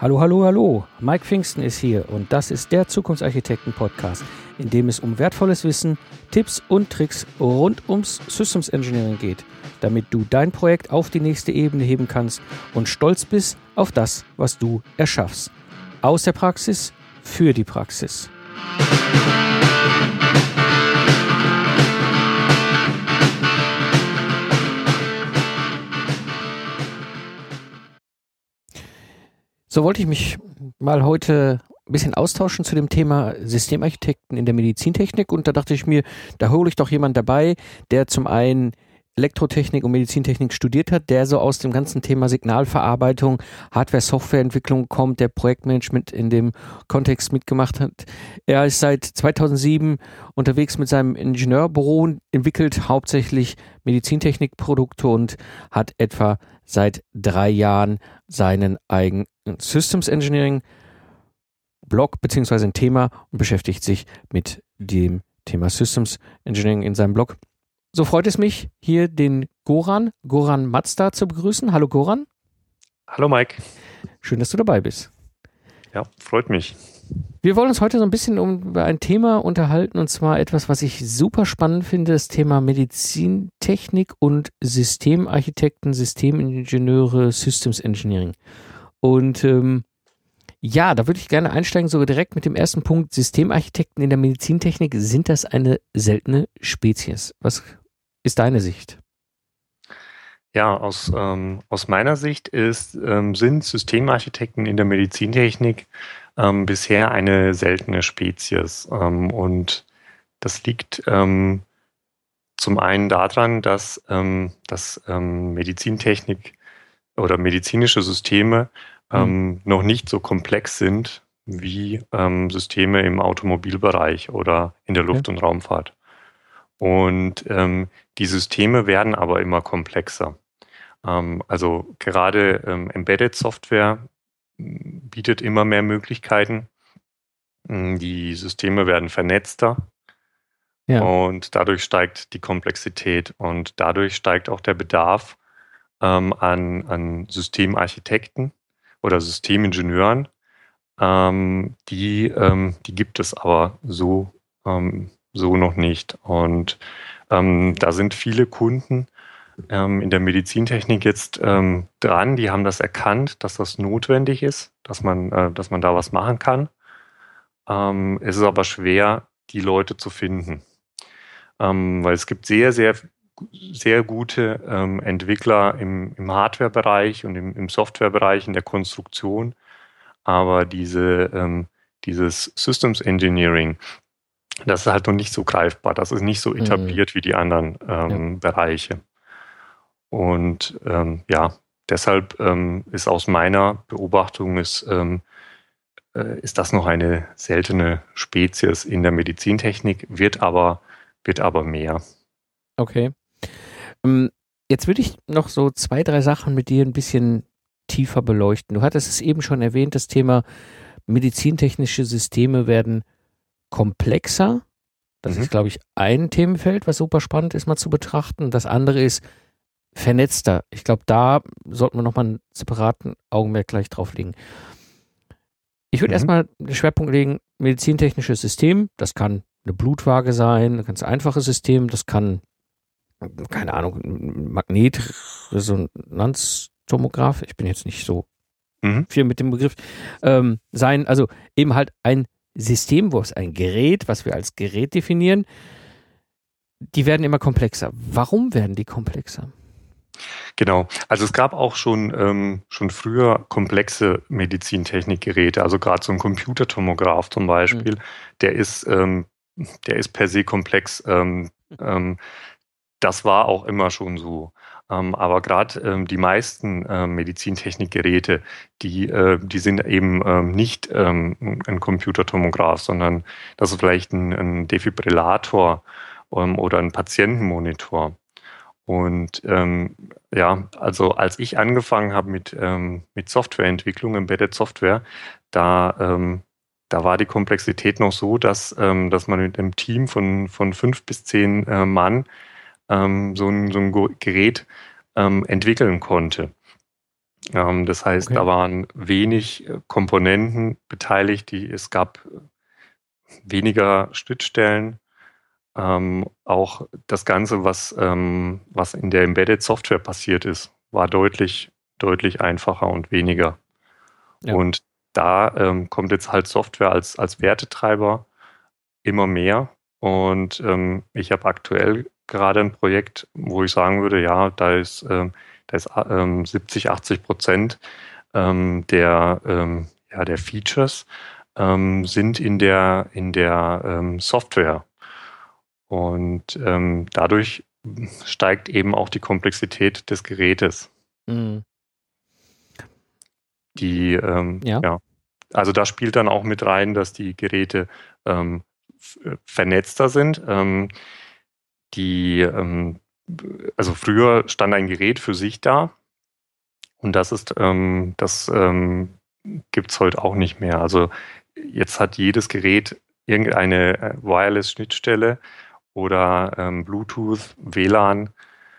Hallo, hallo, hallo. Mike Pfingsten ist hier und das ist der Zukunftsarchitekten-Podcast, in dem es um wertvolles Wissen, Tipps und Tricks rund ums Systems Engineering geht, damit du dein Projekt auf die nächste Ebene heben kannst und stolz bist auf das, was du erschaffst. Aus der Praxis für die Praxis. So wollte ich mich mal heute ein bisschen austauschen zu dem Thema Systemarchitekten in der Medizintechnik und da dachte ich mir, da hole ich doch jemanden dabei, der zum einen Elektrotechnik und Medizintechnik studiert hat, der so aus dem ganzen Thema Signalverarbeitung, Hardware-Software-Entwicklung kommt, der Projektmanagement in dem Kontext mitgemacht hat. Er ist seit 2007 unterwegs mit seinem Ingenieurbüro, entwickelt hauptsächlich Medizintechnikprodukte und hat etwa seit 3 Jahren seinen eigenen Systems Engineering Blog bzw. ein Thema und beschäftigt sich mit dem Thema Systems Engineering in seinem Blog. So freut es mich, hier den Goran Mazda zu begrüßen. Hallo Goran. Hallo Mike. Schön, dass du dabei bist. Ja, freut mich. Wir wollen uns heute so ein bisschen über ein Thema unterhalten und zwar etwas, was ich super spannend finde, das Thema Medizintechnik und Systemarchitekten, Systemingenieure, Systems Engineering. Und ja, da würde ich gerne einsteigen, sogar direkt mit dem ersten Punkt. Systemarchitekten in der Medizintechnik, sind das eine seltene Spezies? Was ist deine Sicht? Ja, aus meiner Sicht sind Systemarchitekten in der Medizintechnik bisher eine seltene Spezies. Und das liegt zum einen daran, dass Medizintechnik oder medizinische Systeme noch nicht so komplex sind wie Systeme im Automobilbereich oder in der Luft- und Raumfahrt. Und die Systeme werden aber immer komplexer. Also gerade Embedded Software bietet immer mehr Möglichkeiten. Die Systeme werden vernetzter und dadurch steigt die Komplexität und dadurch steigt auch der Bedarf an Systemarchitekten oder Systemingenieuren. Die gibt es aber so noch nicht. Und da sind viele Kunden in der Medizintechnik jetzt dran, die haben das erkannt, dass das notwendig ist, dass man da was machen kann. Es ist aber schwer, die Leute zu finden, weil es gibt sehr, sehr, sehr gute Entwickler im Hardware-Bereich und im Software-Bereich, in der Konstruktion, aber dieses Systems Engineering, das ist halt noch nicht so greifbar, das ist nicht so etabliert wie die anderen Bereiche. Und deshalb ist aus meiner Beobachtung ist das noch eine seltene Spezies in der Medizintechnik, wird aber mehr. Okay. Jetzt würde ich noch so 2, 3 Sachen mit dir ein bisschen tiefer beleuchten. Du hattest es eben schon erwähnt, das Thema medizintechnische Systeme werden komplexer. Das ist, glaube ich, ein Themenfeld, was super spannend ist, mal zu betrachten. Das andere ist vernetzter. Ich glaube, da sollten wir nochmal einen separaten Augenmerk gleich drauf legen. Ich würde erstmal den Schwerpunkt legen, medizintechnisches System, das kann eine Blutwaage sein, ein ganz einfaches System, das kann, keine Ahnung, ein Magnetresonanztomograph, ich bin jetzt nicht so viel mit dem Begriff, sein, also eben halt ein System, wo es ein Gerät, was wir als Gerät definieren, die werden immer komplexer. Warum werden die komplexer? Genau, also es gab auch schon früher komplexe Medizintechnikgeräte, also gerade so ein Computertomograph zum Beispiel, der ist per se komplex. Das war auch immer schon so. Aber gerade die meisten Medizintechnikgeräte, die sind eben nicht ein Computertomograph, sondern das ist vielleicht ein Defibrillator oder ein Patientenmonitor. Und also als ich angefangen habe mit Softwareentwicklung, Embedded Software, da war die Komplexität noch so, dass man mit einem Team von 5 bis 10 Mann so ein Gerät entwickeln konnte. Das heißt, Okay. da waren wenig Komponenten beteiligt, es gab weniger Schnittstellen. Auch das Ganze, was in der Embedded Software passiert ist, war deutlich einfacher und weniger. Ja. Und da kommt jetzt halt Software als Wertetreiber immer mehr. Und ich habe aktuell gerade ein Projekt, wo ich sagen würde, ja, da ist 70-80% der Features sind in der Software. Und dadurch steigt eben auch die Komplexität des Gerätes. Mhm. Ja. Also da spielt dann auch mit rein, dass die Geräte vernetzter sind. Also früher stand ein Gerät für sich da und das gibt es heute auch nicht mehr. Also jetzt hat jedes Gerät irgendeine Wireless-Schnittstelle oder Bluetooth, WLAN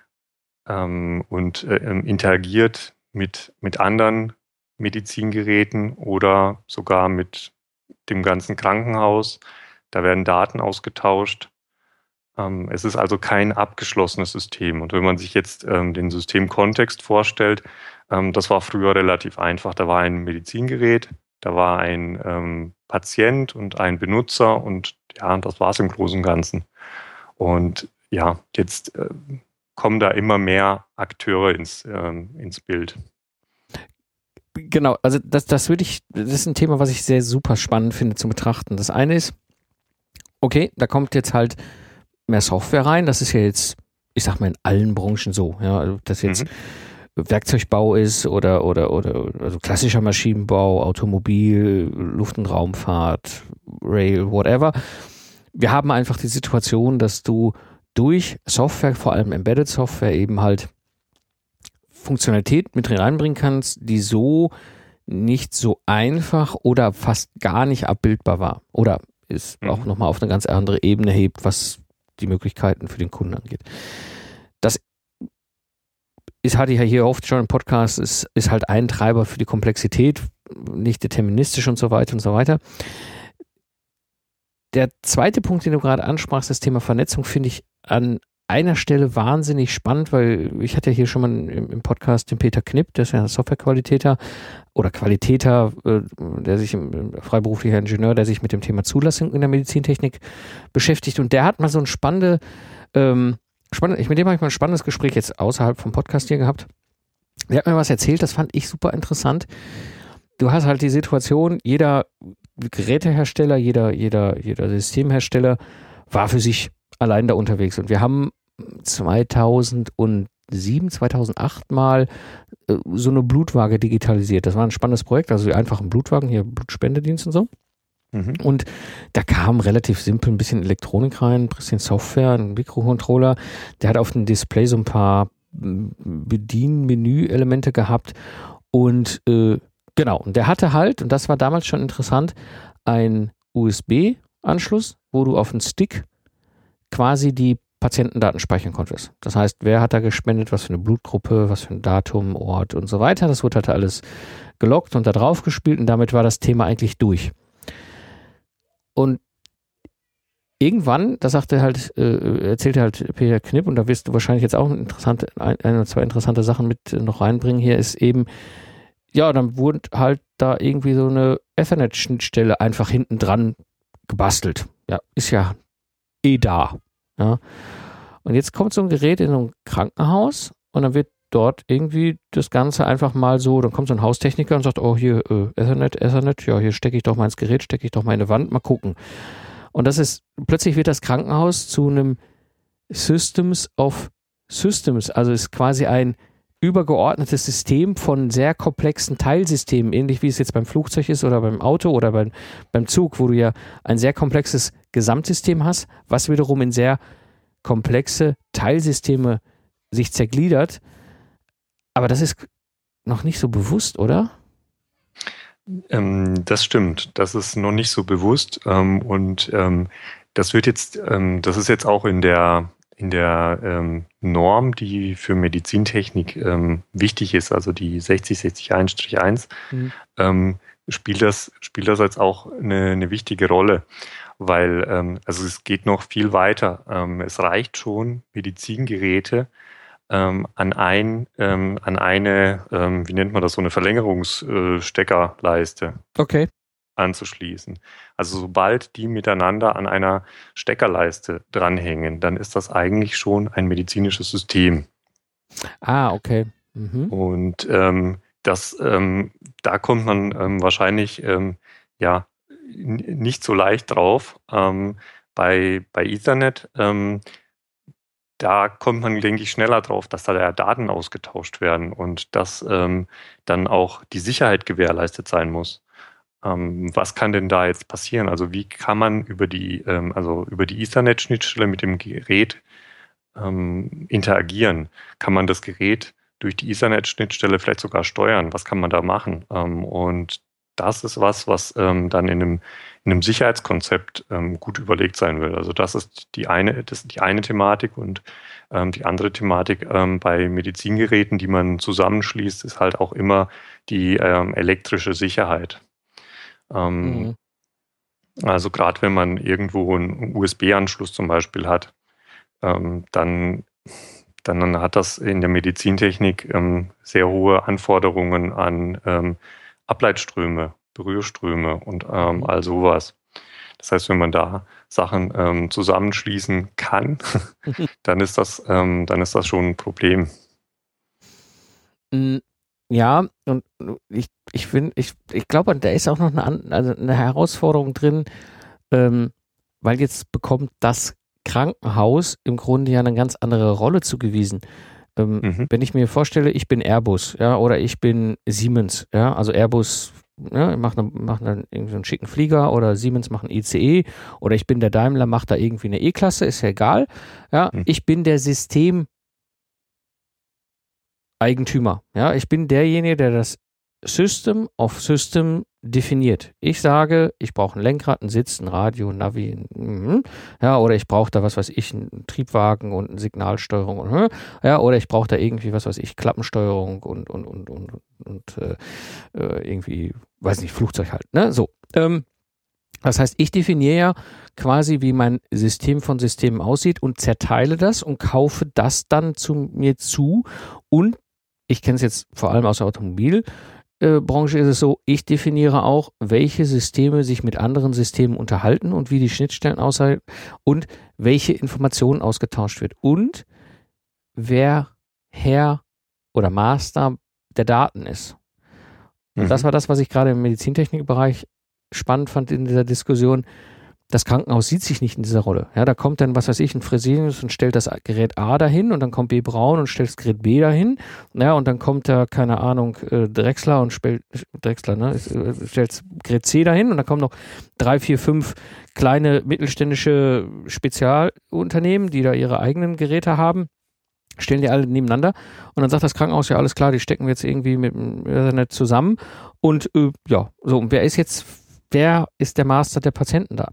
und interagiert mit anderen Medizingeräten oder sogar mit dem ganzen Krankenhaus. Da werden Daten ausgetauscht. Es ist also kein abgeschlossenes System. Und wenn man sich jetzt den Systemkontext vorstellt, das war früher relativ einfach. Da war ein Medizingerät, da war ein Patient und ein Benutzer und ja, das war es im Großen und Ganzen. Und ja, jetzt kommen da immer mehr Akteure ins Bild. Genau, also das ist ein Thema, was ich sehr super spannend finde zu betrachten. Das eine ist, okay, da kommt jetzt halt mehr Software rein. Das ist ja jetzt, ich sag mal, in allen Branchen so. Ja, also das jetzt Werkzeugbau ist oder also klassischer Maschinenbau, Automobil, Luft- und Raumfahrt, Rail, whatever. Wir haben einfach die Situation, dass du durch Software, vor allem Embedded Software, eben halt Funktionalität mit reinbringen kannst, die so nicht so einfach oder fast gar nicht abbildbar war. Oder ist auch nochmal auf eine ganz andere Ebene hebt, was die Möglichkeiten für den Kunden angeht. Das hatte ich ja hier oft schon im Podcast, ist halt ein Treiber für die Komplexität, nicht deterministisch und so weiter und so weiter. Der zweite Punkt, den du gerade ansprachst, das Thema Vernetzung, finde ich an einer Stelle wahnsinnig spannend, weil ich hatte ja hier schon mal im Podcast den Peter Knipp, der ist ja ein Software-Qualitäter oder Qualitäter, der sich freiberuflicher Ingenieur, der sich mit dem Thema Zulassung in der Medizintechnik beschäftigt, und der hat mal so mit dem habe ich mal ein spannendes Gespräch jetzt außerhalb vom Podcast hier gehabt. Der hat mir was erzählt, das fand ich super interessant. Du hast halt die Situation, jeder Gerätehersteller, jeder Systemhersteller war für sich allein da unterwegs. Und wir haben 2007, 2008 mal so eine Blutwaage digitalisiert. Das war ein spannendes Projekt, also die einfachen Blutwagen, hier Blutspendedienst und so. Und da kam relativ simpel ein bisschen Elektronik rein, ein bisschen Software, ein Mikrocontroller. Der hat auf dem Display so ein paar Bedienmenü-Elemente gehabt. Und genau, und der hatte halt, und das war damals schon interessant, ein USB-Anschluss, wo du auf den Stick quasi die Patientendaten speichern konntest. Das heißt, wer hat da gespendet, was für eine Blutgruppe, was für ein Datum, Ort und so weiter. Das wurde halt alles geloggt und da drauf gespielt, und damit war das Thema eigentlich durch. Und irgendwann, das erzählte halt Peter Knipp, und da wirst du wahrscheinlich jetzt auch ein oder zwei interessante Sachen mit noch reinbringen hier, ist eben, ja, dann wurde halt da irgendwie so eine Ethernet-Schnittstelle einfach hinten dran gebastelt. Ja, ist ja da. Ja. Und jetzt kommt so ein Gerät in so ein Krankenhaus und dann wird dort irgendwie das Ganze einfach mal so, dann kommt so ein Haustechniker und sagt, oh hier Ethernet, ja, hier stecke ich doch mal ins Gerät, stecke ich doch mal in eine Wand, mal gucken. Und plötzlich wird das Krankenhaus zu einem Systems of Systems, also ist quasi ein übergeordnetes System von sehr komplexen Teilsystemen, ähnlich wie es jetzt beim Flugzeug ist oder beim Auto oder beim Zug, wo du ja ein sehr komplexes Gesamtsystem hast, was wiederum in sehr komplexe Teilsysteme sich zergliedert. Aber das ist noch nicht so bewusst, oder? Das stimmt. Das ist noch nicht so bewusst. Das ist jetzt auch in der Norm, die für Medizintechnik wichtig ist, also die 6061-1, spielt das jetzt auch eine wichtige Rolle, weil also es geht noch viel weiter. Es reicht schon, Medizingeräte an eine, wie nennt man das, so eine Verlängerungssteckerleiste anzuschließen. Also sobald die miteinander an einer Steckerleiste dranhängen, dann ist das eigentlich schon ein medizinisches System. Okay. Und da kommt man wahrscheinlich nicht so leicht drauf. Bei Ethernet, da kommt man, denke ich, schneller drauf, dass da Daten ausgetauscht werden und dass dann auch die Sicherheit gewährleistet sein muss. Was kann denn da jetzt passieren? Also wie kann man über die Ethernet-Schnittstelle mit dem Gerät interagieren? Kann man das Gerät durch die Ethernet-Schnittstelle vielleicht sogar steuern? Was kann man da machen? Und das ist was dann in einem Sicherheitskonzept gut überlegt sein will. Also das ist die eine Thematik, und die andere Thematik bei Medizingeräten, die man zusammenschließt, ist halt auch immer die elektrische Sicherheit. Also gerade wenn man irgendwo einen USB-Anschluss zum Beispiel hat, dann hat das in der Medizintechnik sehr hohe Anforderungen an Ableitströme, Berührströme und all sowas. Das heißt, wenn man da Sachen zusammenschließen kann, dann ist das schon ein Problem. Ja, und ich glaube, da ist auch noch eine Herausforderung drin, weil jetzt bekommt das Krankenhaus im Grunde ja eine ganz andere Rolle zugewiesen. Wenn ich mir vorstelle, ich bin Airbus, ja, oder ich bin Siemens, ja, also Airbus, ja, macht dann irgendwie so einen schicken Flieger, oder Siemens macht einen ICE, oder ich bin der Daimler, macht da irgendwie eine E-Klasse, ist ja egal, ja, ich bin der Systemeigentümer, ja, ich bin derjenige, der das System of System definiert. Ich sage, ich brauche ein Lenkrad, einen Sitz, ein Radio, ein Navi, ja, oder ich brauche da einen Triebwagen und eine Signalsteuerung, ja, oder ich brauche da irgendwie Klappensteuerung und irgendwie, weiß nicht, Flugzeug halt, ne, so. Das heißt, ich definiere ja quasi, wie mein System von Systemen aussieht und zerteile das und kaufe das dann mir zu, und ich kenne es jetzt vor allem aus der Automobilbranche, ist es so, ich definiere auch, welche Systeme sich mit anderen Systemen unterhalten und wie die Schnittstellen aussehen und welche Informationen ausgetauscht wird und wer Herr oder Master der Daten ist. Und das war das, was ich gerade im Medizintechnikbereich spannend fand in dieser Diskussion. Das Krankenhaus sieht sich nicht in dieser Rolle. Ja, da kommt dann, ein Fresenius und stellt das Gerät A dahin, und dann kommt B. Braun und stellt das Gerät B dahin. Ja, und dann kommt da, keine Ahnung, Drechsler und stellt das Gerät C dahin, und dann kommen noch 3, 4, 5 kleine mittelständische Spezialunternehmen, die da ihre eigenen Geräte haben, stellen die alle nebeneinander, und dann sagt das Krankenhaus, ja, alles klar, die stecken wir jetzt irgendwie mit dem Internet zusammen, und und wer ist der Master der Patientendaten?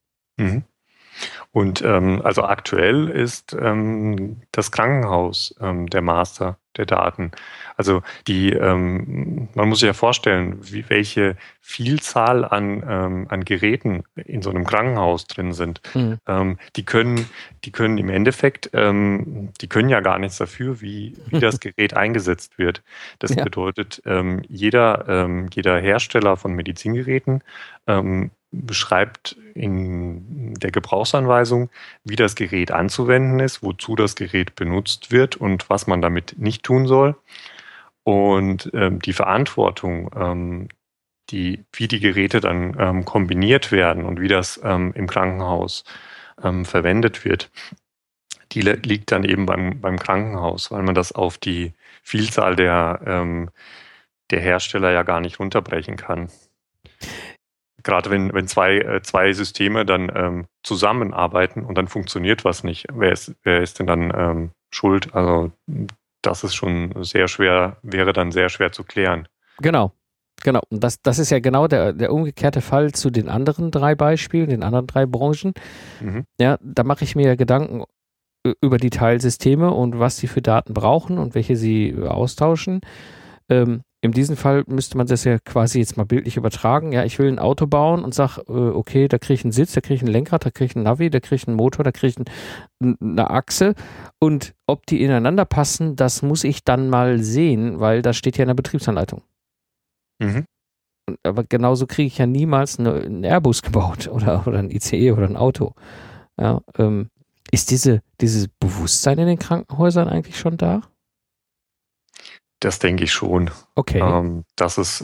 Und also aktuell ist das Krankenhaus der Master der Daten. Also man muss sich ja vorstellen, welche Vielzahl an Geräten in so einem Krankenhaus drin sind. Die können im Endeffekt, die können ja gar nichts dafür, wie das Gerät eingesetzt wird. Das bedeutet, jeder Hersteller von Medizingeräten beschreibt in der Gebrauchsanweisung, wie das Gerät anzuwenden ist, wozu das Gerät benutzt wird und was man damit nicht tun soll. Und die Verantwortung, wie die Geräte dann kombiniert werden und wie das im Krankenhaus verwendet wird, die liegt dann eben beim Krankenhaus, weil man das auf die Vielzahl der Hersteller ja gar nicht runterbrechen kann. Gerade wenn zwei Systeme dann zusammenarbeiten und dann funktioniert was nicht, wer ist denn dann schuld? Also das ist schon wäre dann sehr schwer zu klären. Genau. Und das ist ja genau der umgekehrte Fall zu den anderen 3 Beispielen, den anderen 3 Branchen. Ja, da mache ich mir Gedanken, über die Teilsysteme und was sie für Daten brauchen und welche sie austauschen. In diesem Fall müsste man das ja quasi jetzt mal bildlich übertragen. Ja, ich will ein Auto bauen und sage, okay, da kriege ich einen Sitz, da kriege ich ein Lenkrad, da kriege ich einen Navi, da kriege ich einen Motor, da kriege ich eine Achse. Und ob die ineinander passen, das muss ich dann mal sehen, weil das steht ja in der Betriebsanleitung. Mhm. Aber genauso kriege ich ja niemals einen Airbus gebaut oder ein ICE oder ein Auto. Ja, ist dieses Bewusstsein in den Krankenhäusern eigentlich schon da? Das denke ich schon. Okay. Das ist,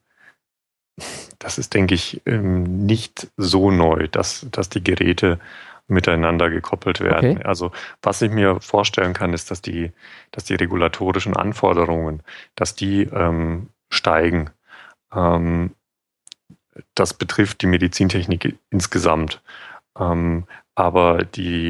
denke ich, nicht so neu, dass die Geräte miteinander gekoppelt werden. Okay. Also was ich mir vorstellen kann, ist, dass die regulatorischen Anforderungen, dass die steigen. Das betrifft die Medizintechnik insgesamt. Aber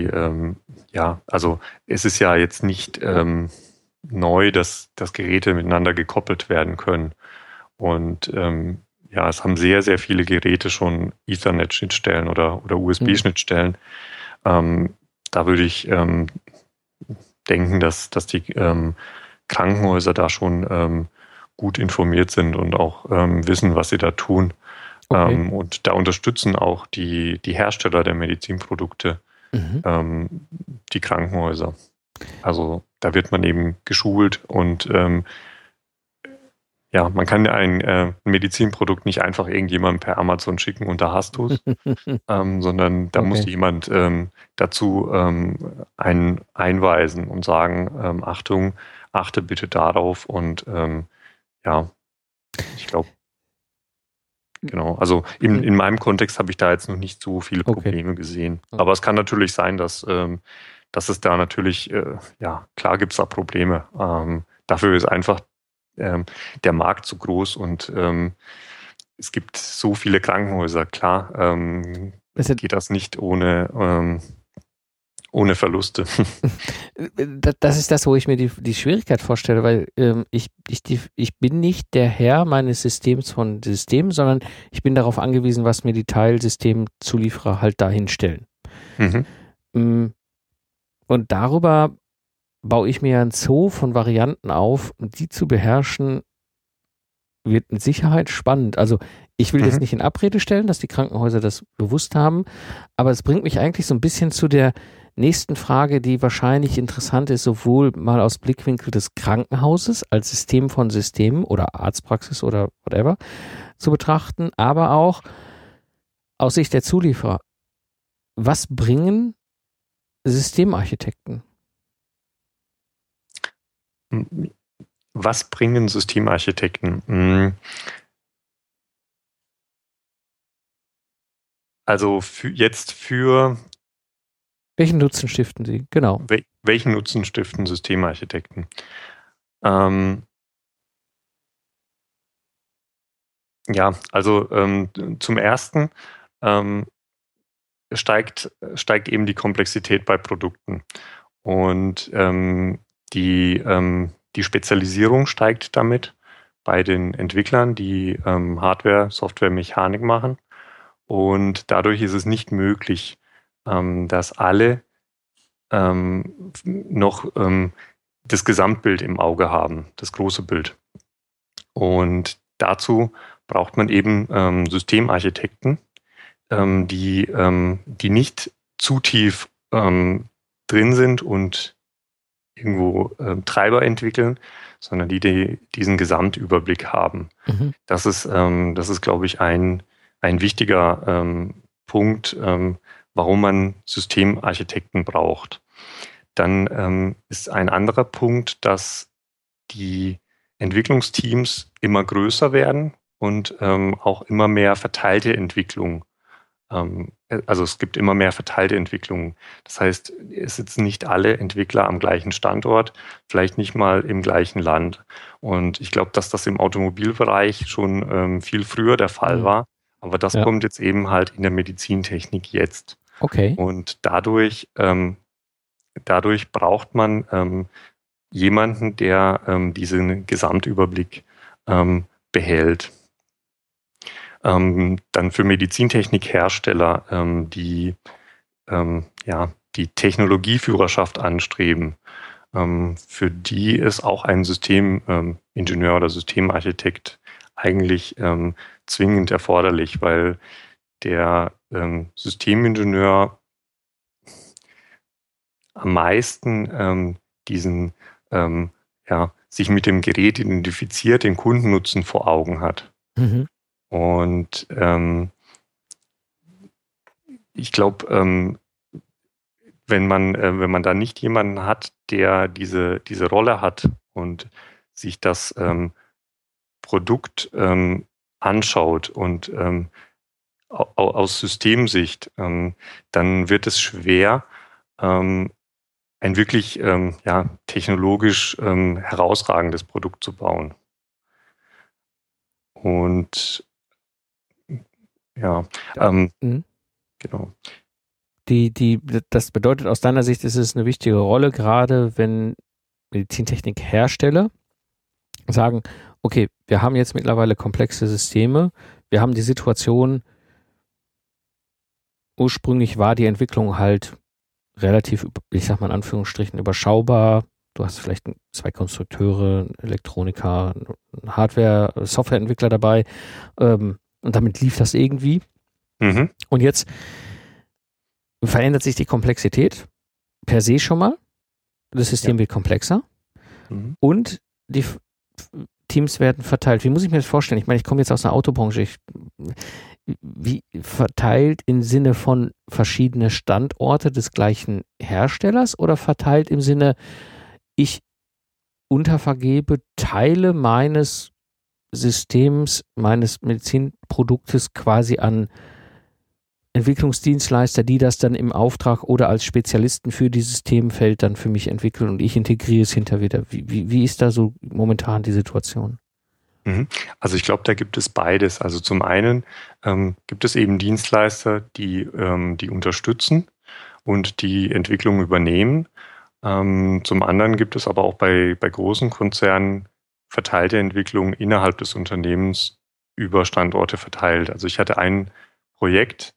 also es ist ja jetzt nicht neu, dass Geräte miteinander gekoppelt werden können. Und es haben sehr, sehr viele Geräte schon Ethernet-Schnittstellen oder USB-Schnittstellen. Da würde ich denken, dass die Krankenhäuser da schon gut informiert sind und auch wissen, was sie da tun. Okay. Und da unterstützen auch die Hersteller der Medizinprodukte die Krankenhäuser. Also da wird man eben geschult und man kann ein Medizinprodukt nicht einfach irgendjemandem per Amazon schicken und da hast du es, sondern da muss jemand dazu einen einweisen und sagen, Achtung, achte bitte darauf und ich glaube, genau, also in meinem Kontext habe ich da jetzt noch nicht so viele Probleme gesehen. Aber es kann natürlich sein, dass es da natürlich, klar gibt es da Probleme. Dafür ist einfach der Markt zu groß und es gibt so viele Krankenhäuser. Klar geht das nicht ohne Verluste. Das ist das, wo ich mir die Schwierigkeit vorstelle, weil ich bin nicht der Herr meines Systems von Systemen, sondern ich bin darauf angewiesen, was mir die Teilsystemzulieferer halt dahin stellen. Und darüber baue ich mir ein Zoo von Varianten auf und die zu beherrschen, wird mit Sicherheit spannend. Also ich will jetzt nicht in Abrede stellen, dass die Krankenhäuser das bewusst haben, aber es bringt mich eigentlich so ein bisschen zu der nächsten Frage, die wahrscheinlich interessant ist, sowohl mal aus Blickwinkel des Krankenhauses als System von Systemen oder Arztpraxis oder whatever zu betrachten, aber auch aus Sicht der Zulieferer. Was bringen Systemarchitekten? Was bringen Systemarchitekten? Also für welchen Nutzen stiften sie? Genau. Welchen Nutzen stiften Systemarchitekten? Zum Ersten steigt eben die Komplexität bei Produkten und die Spezialisierung steigt damit bei den Entwicklern, die Hardware, Software, Mechanik machen. Und dadurch ist es nicht möglich, dass alle noch das Gesamtbild im Auge haben, das große Bild. Und dazu braucht man eben Systemarchitekten, die nicht zu tief drin sind und irgendwo Treiber entwickeln, sondern die diesen Gesamtüberblick haben. Das ist, glaube ich, ein wichtiger Punkt, warum man Systemarchitekten braucht. Dann ist ein anderer Punkt, dass die Entwicklungsteams immer größer werden und auch immer mehr verteilte Entwicklung. Also es gibt immer mehr verteilte Entwicklungen. Das heißt, es sitzen nicht alle Entwickler am gleichen Standort, vielleicht nicht mal im gleichen Land. Und ich glaube, dass das im Automobilbereich schon viel früher der Fall war. Aber das kommt jetzt eben halt in der Medizintechnik jetzt. Okay. Und dadurch braucht man jemanden, der diesen Gesamtüberblick behält. Dann für Medizintechnikhersteller, die die Technologieführerschaft anstreben, für die ist auch ein Systemingenieur oder Systemarchitekt eigentlich zwingend erforderlich, weil der Systemingenieur am meisten sich mit dem Gerät identifiziert, den Kundennutzen vor Augen hat. Mhm. Und ich glaube, wenn man da nicht jemanden hat, der diese Rolle hat und sich das Produkt anschaut und aus Systemsicht, dann wird es schwer, ein wirklich technologisch herausragendes Produkt zu bauen. Und genau. Das bedeutet, aus deiner Sicht ist es eine wichtige Rolle, gerade wenn Medizintechnikhersteller sagen, okay, wir haben jetzt mittlerweile komplexe Systeme, wir haben die Situation, ursprünglich war die Entwicklung halt relativ, ich sag mal in Anführungsstrichen, überschaubar. Du hast vielleicht 2 Konstrukteure, einen Elektroniker, einen Hardware-, Softwareentwickler dabei und damit lief das irgendwie. Mhm. Und jetzt verändert sich die Komplexität per se schon mal. Das System wird komplexer und die Teams werden verteilt. Wie muss ich mir das vorstellen? Ich meine, ich komme jetzt aus einer Autobranche. Wie verteilt im Sinne von verschiedene Standorte des gleichen Herstellers oder verteilt im Sinne, ich untervergebe Teile meines Systems, meines Medizinproduktes quasi an Entwicklungsdienstleister, die das dann im Auftrag oder als Spezialisten für dieses Themenfeld dann für mich entwickeln und ich integriere es hinterher wieder. Wie ist da so momentan die Situation? Also ich glaube, da gibt es beides. Also zum einen gibt es eben Dienstleister, die unterstützen und die Entwicklung übernehmen. Zum anderen gibt es aber auch bei großen Konzernen verteilte Entwicklung innerhalb des Unternehmens über Standorte verteilt. Also ich hatte ein Projekt,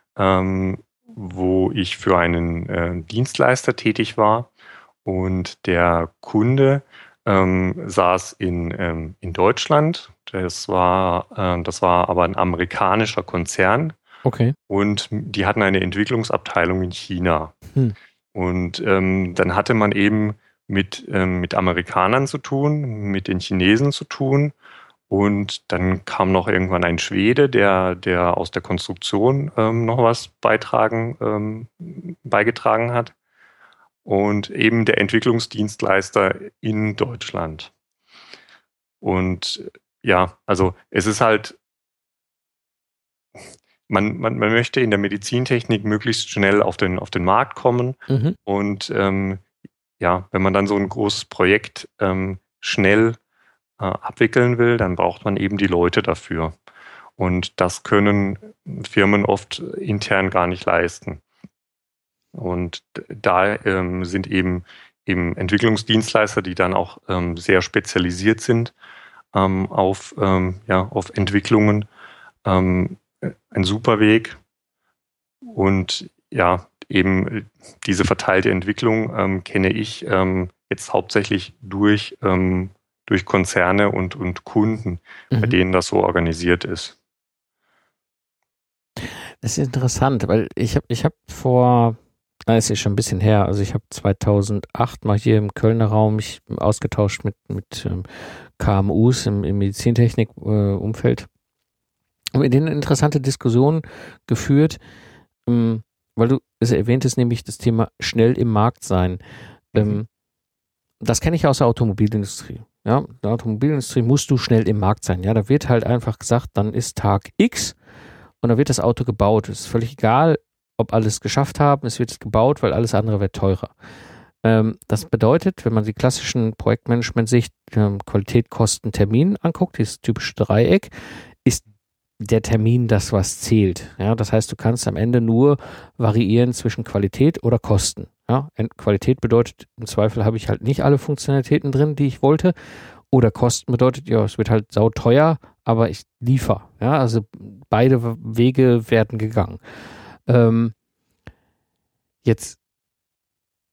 wo ich für einen Dienstleister tätig war und der Kunde saß in Deutschland. Das war aber ein amerikanischer Konzern. Okay. Und die hatten eine Entwicklungsabteilung in China. Und dann hatte man eben mit Amerikanern zu tun, mit den Chinesen zu tun. Und dann kam noch irgendwann ein Schwede, der aus der Konstruktion noch was beigetragen hat. Und eben der Entwicklungsdienstleister in Deutschland. Und ja, also es ist halt, man möchte in der Medizintechnik möglichst schnell auf den Markt kommen. Und wenn man dann so ein großes Projekt schnell abwickeln will, dann braucht man eben die Leute dafür. Und das können Firmen oft intern gar nicht leisten. Und da sind eben Entwicklungsdienstleister, die dann auch sehr spezialisiert sind auf Entwicklungen, ein super Weg. Und ja, eben diese verteilte Entwicklung kenne ich jetzt hauptsächlich durch Konzerne und Kunden, bei denen das so organisiert ist. Das ist interessant, weil ich hab vor, es ist schon ein bisschen her, also ich habe 2008 mal hier im Kölner Raum mich ausgetauscht mit KMUs im Medizintechnik-Umfeld und mit denen eine interessante Diskussion geführt, weil du es erwähntest, nämlich das Thema schnell im Markt sein. Das kenne ich aus der Automobilindustrie. Ja, in der Automobilindustrie musst du schnell im Markt sein. Ja, da wird halt einfach gesagt, dann ist Tag X und dann wird das Auto gebaut. Es ist völlig egal, ob alles geschafft haben, es wird gebaut, weil alles andere wird teurer. Das bedeutet, wenn man die klassischen Projektmanagement-Sicht Qualität, Kosten, Termin anguckt, dieses typische Dreieck, ist der Termin das, was zählt. Ja, das heißt, du kannst am Ende nur variieren zwischen Qualität oder Kosten. Ja, Qualität bedeutet, im Zweifel habe ich halt nicht alle Funktionalitäten drin, die ich wollte. Oder Kosten bedeutet, ja, es wird halt sauteuer, aber ich liefere. Ja, also beide Wege werden gegangen. Jetzt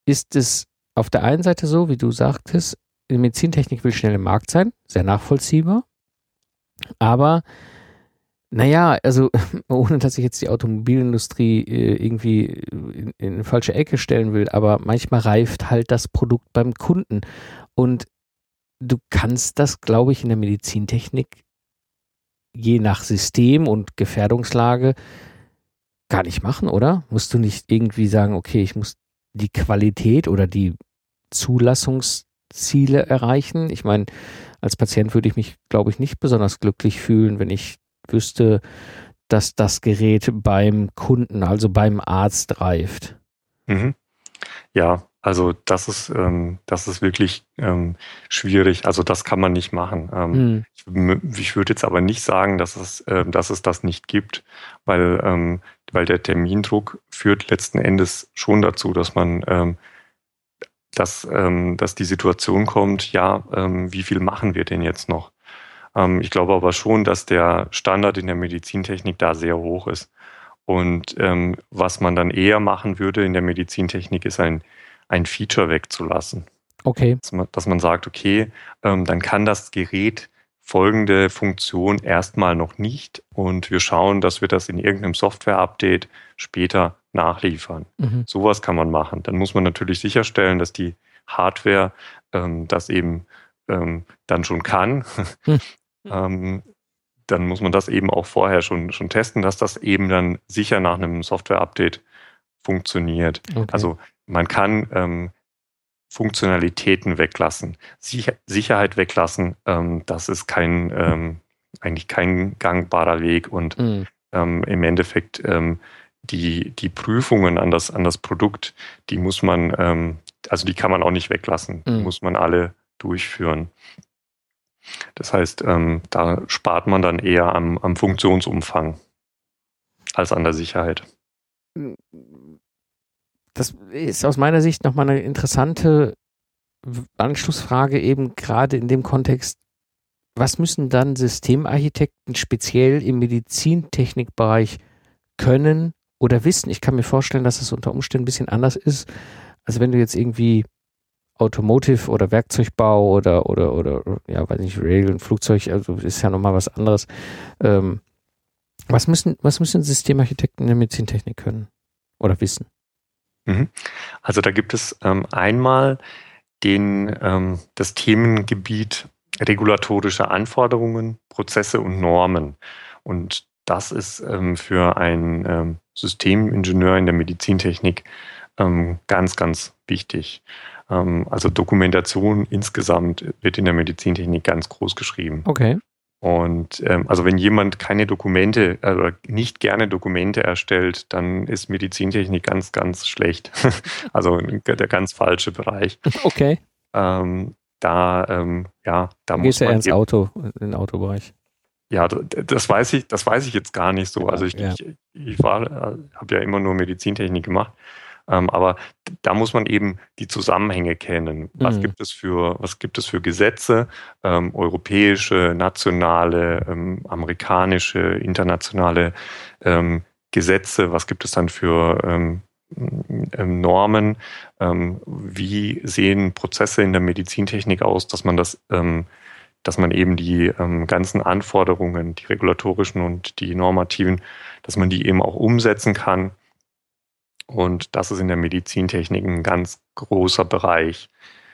ist es auf der einen Seite so, wie du sagtest, die Medizintechnik will schnell im Markt sein, sehr nachvollziehbar, aber naja, also ohne dass ich jetzt die Automobilindustrie irgendwie in eine falsche Ecke stellen will, aber manchmal reift halt das Produkt beim Kunden und du kannst das, glaube ich, in der Medizintechnik je nach System und Gefährdungslage gar nicht machen, oder? Musst du nicht irgendwie sagen, okay, ich muss die Qualität oder die Zulassungsziele erreichen? Ich meine, als Patient würde ich mich, glaube ich, nicht besonders glücklich fühlen, wenn ich wüsste, dass das Gerät beim Kunden, also beim Arzt reift. Mhm. Ja, also das ist wirklich schwierig. Also das kann man nicht machen. Ich würde jetzt aber nicht sagen, dass es das nicht gibt, weil der Termindruck führt letzten Endes schon dazu, dass die Situation kommt, ja, wie viel machen wir denn jetzt noch? Ich glaube aber schon, dass der Standard in der Medizintechnik da sehr hoch ist. Und was man dann eher machen würde in der Medizintechnik, ist ein Feature wegzulassen. Okay. Dass man sagt, okay, dann kann das Gerät folgende Funktion erstmal noch nicht und wir schauen, dass wir das in irgendeinem Software-Update später nachliefern. Sowas kann man machen. Dann muss man natürlich sicherstellen, dass die Hardware das eben dann schon kann. Dann muss man das eben auch vorher schon testen, dass das eben dann sicher nach einem Software-Update funktioniert. Okay. Also man kann Funktionalitäten weglassen, Sicherheit weglassen, das ist eigentlich kein gangbarer Weg und im Endeffekt die Prüfungen an das Produkt, die muss man, also die kann man auch nicht weglassen, die muss man alle durchführen. Das heißt, da spart man dann eher am Funktionsumfang als an der Sicherheit. Das ist aus meiner Sicht nochmal eine interessante Anschlussfrage, eben gerade in dem Kontext, was müssen dann Systemarchitekten speziell im Medizintechnikbereich können oder wissen? Ich kann mir vorstellen, dass es unter Umständen ein bisschen anders ist, als wenn du jetzt irgendwie Automotive oder Werkzeugbau oder ja, weiß nicht, Rail und Flugzeug, also ist ja nochmal was anderes. Was müssen Systemarchitekten in der Medizintechnik können oder wissen? Also da gibt es einmal das Themengebiet regulatorische Anforderungen, Prozesse und Normen. Und das ist für einen Systemingenieur in der Medizintechnik ganz, ganz wichtig. Also Dokumentation insgesamt wird in der Medizintechnik ganz groß geschrieben. Okay. Und also wenn jemand keine Dokumente oder nicht gerne Dokumente erstellt, dann ist Medizintechnik ganz, ganz schlecht. Also der ganz falsche Bereich. Okay. Da muss gehst ja man eher ins Auto, in den Autobereich. Ja, das weiß ich jetzt gar nicht so. Also ich habe ja immer nur Medizintechnik gemacht. Aber da muss man eben die Zusammenhänge kennen. Was gibt es für Gesetze, europäische, nationale, amerikanische, internationale Gesetze? Was gibt es dann für Normen? Wie sehen Prozesse in der Medizintechnik aus, dass man eben die ganzen Anforderungen, die regulatorischen und die normativen, dass man die eben auch umsetzen kann. Und das ist in der Medizintechnik ein ganz großer Bereich,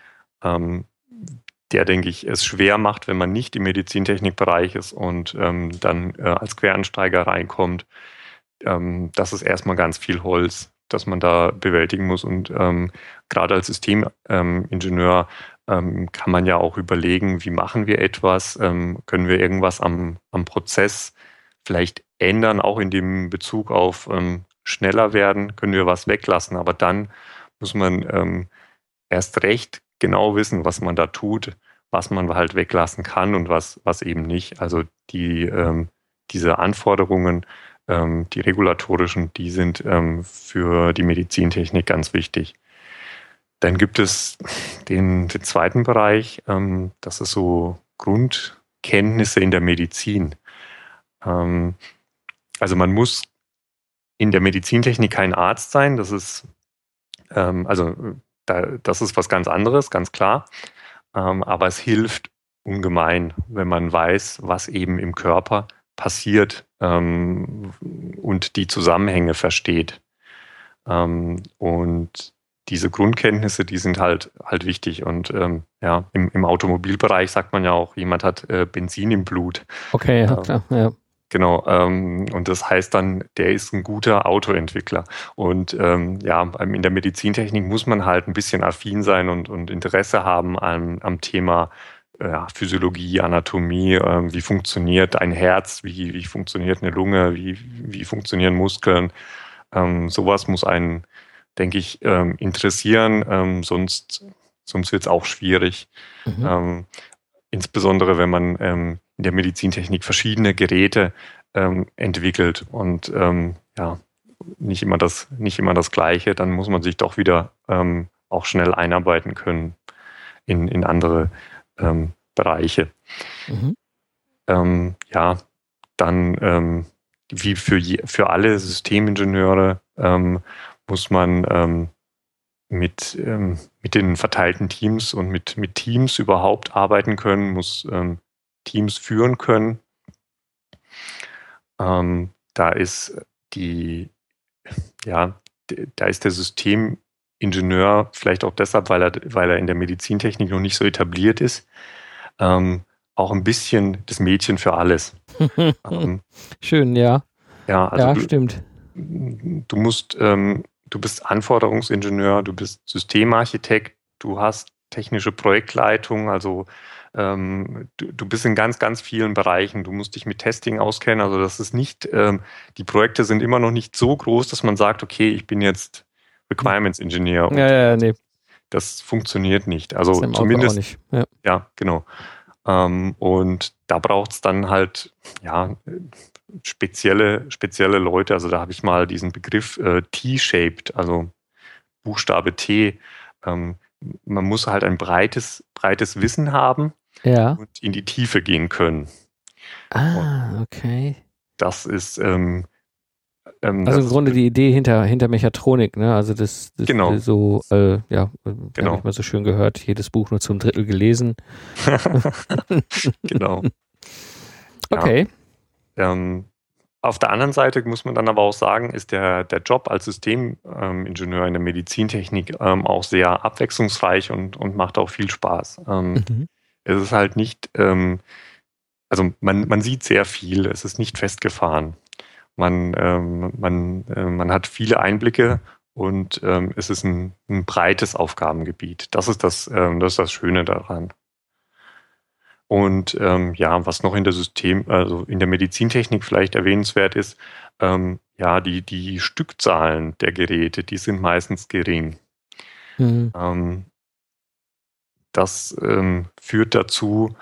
der, denke ich, es schwer macht, wenn man nicht im Medizintechnikbereich ist und dann als Quereinsteiger reinkommt. Das ist erstmal ganz viel Holz, das man da bewältigen muss. Und gerade als Systemingenieur kann man ja auch überlegen, wie machen wir etwas? Können wir irgendwas am Prozess vielleicht ändern, auch in dem Bezug auf schneller werden, können wir was weglassen, aber dann muss man erst recht genau wissen, was man da tut, was man halt weglassen kann und was eben nicht. Also diese Anforderungen, die regulatorischen, die sind für die Medizintechnik ganz wichtig. Dann gibt es den zweiten Bereich, das ist so Grundkenntnisse in der Medizin. Also man muss in der Medizintechnik kein Arzt sein, das ist also das ist was ganz anderes, ganz klar. Aber es hilft ungemein, wenn man weiß, was eben im Körper passiert und die Zusammenhänge versteht. Und diese Grundkenntnisse, die sind halt wichtig. Und im Automobilbereich sagt man ja auch, jemand hat Benzin im Blut. Okay, ja, klar, ja. Genau, und das heißt dann, der ist ein guter Autoentwickler. Und in der Medizintechnik muss man halt ein bisschen affin sein und Interesse haben am Thema Physiologie, Anatomie, wie funktioniert ein Herz, wie funktioniert eine Lunge, wie funktionieren Muskeln. Sowas muss einen, denke ich, interessieren, sonst wird es auch schwierig. Mhm. Insbesondere wenn man in der Medizintechnik verschiedene Geräte entwickelt und nicht immer das Gleiche, dann muss man sich doch wieder auch schnell einarbeiten können in andere Bereiche. Mhm. Dann wie für alle Systemingenieure muss man mit den verteilten Teams und mit Teams überhaupt arbeiten können, muss Teams führen können. Da ist der Systemingenieur vielleicht auch deshalb, weil er in der Medizintechnik noch nicht so etabliert ist, auch ein bisschen das Mädchen für alles. Schön, ja. Ja, also ja, stimmt. Du bist Anforderungsingenieur, du bist Systemarchitekt, du hast technische Projektleitung, also du bist in ganz, ganz vielen Bereichen. Du musst dich mit Testing auskennen. Also das ist nicht, die Projekte sind immer noch nicht so groß, dass man sagt, okay, ich bin jetzt Requirements Engineer. Nee. Das funktioniert nicht. Also das zumindest auch nicht. Ja, genau. Und da braucht es dann halt spezielle Leute. Also da habe ich mal diesen Begriff T-shaped, also Buchstabe T. Man muss halt ein breites Wissen haben und in die Tiefe gehen können. Okay. Das ist also im Grunde die Idee hinter Mechatronik, ne? Also das genau. So, genau. Habe ich mal so schön gehört, jedes Buch nur zum Drittel gelesen. Genau. Okay. Ja. Auf der anderen Seite muss man dann aber auch sagen, ist der Job als Systemingenieur in der Medizintechnik auch sehr abwechslungsreich und macht auch viel Spaß. Es ist halt nicht, also man sieht sehr viel, es ist nicht festgefahren. Man hat viele Einblicke und es ist ein breites Aufgabengebiet. Das ist das Schöne daran. Und was noch in der Medizintechnik vielleicht erwähnenswert ist, die Stückzahlen der Geräte, die sind meistens gering. Das führt dazu,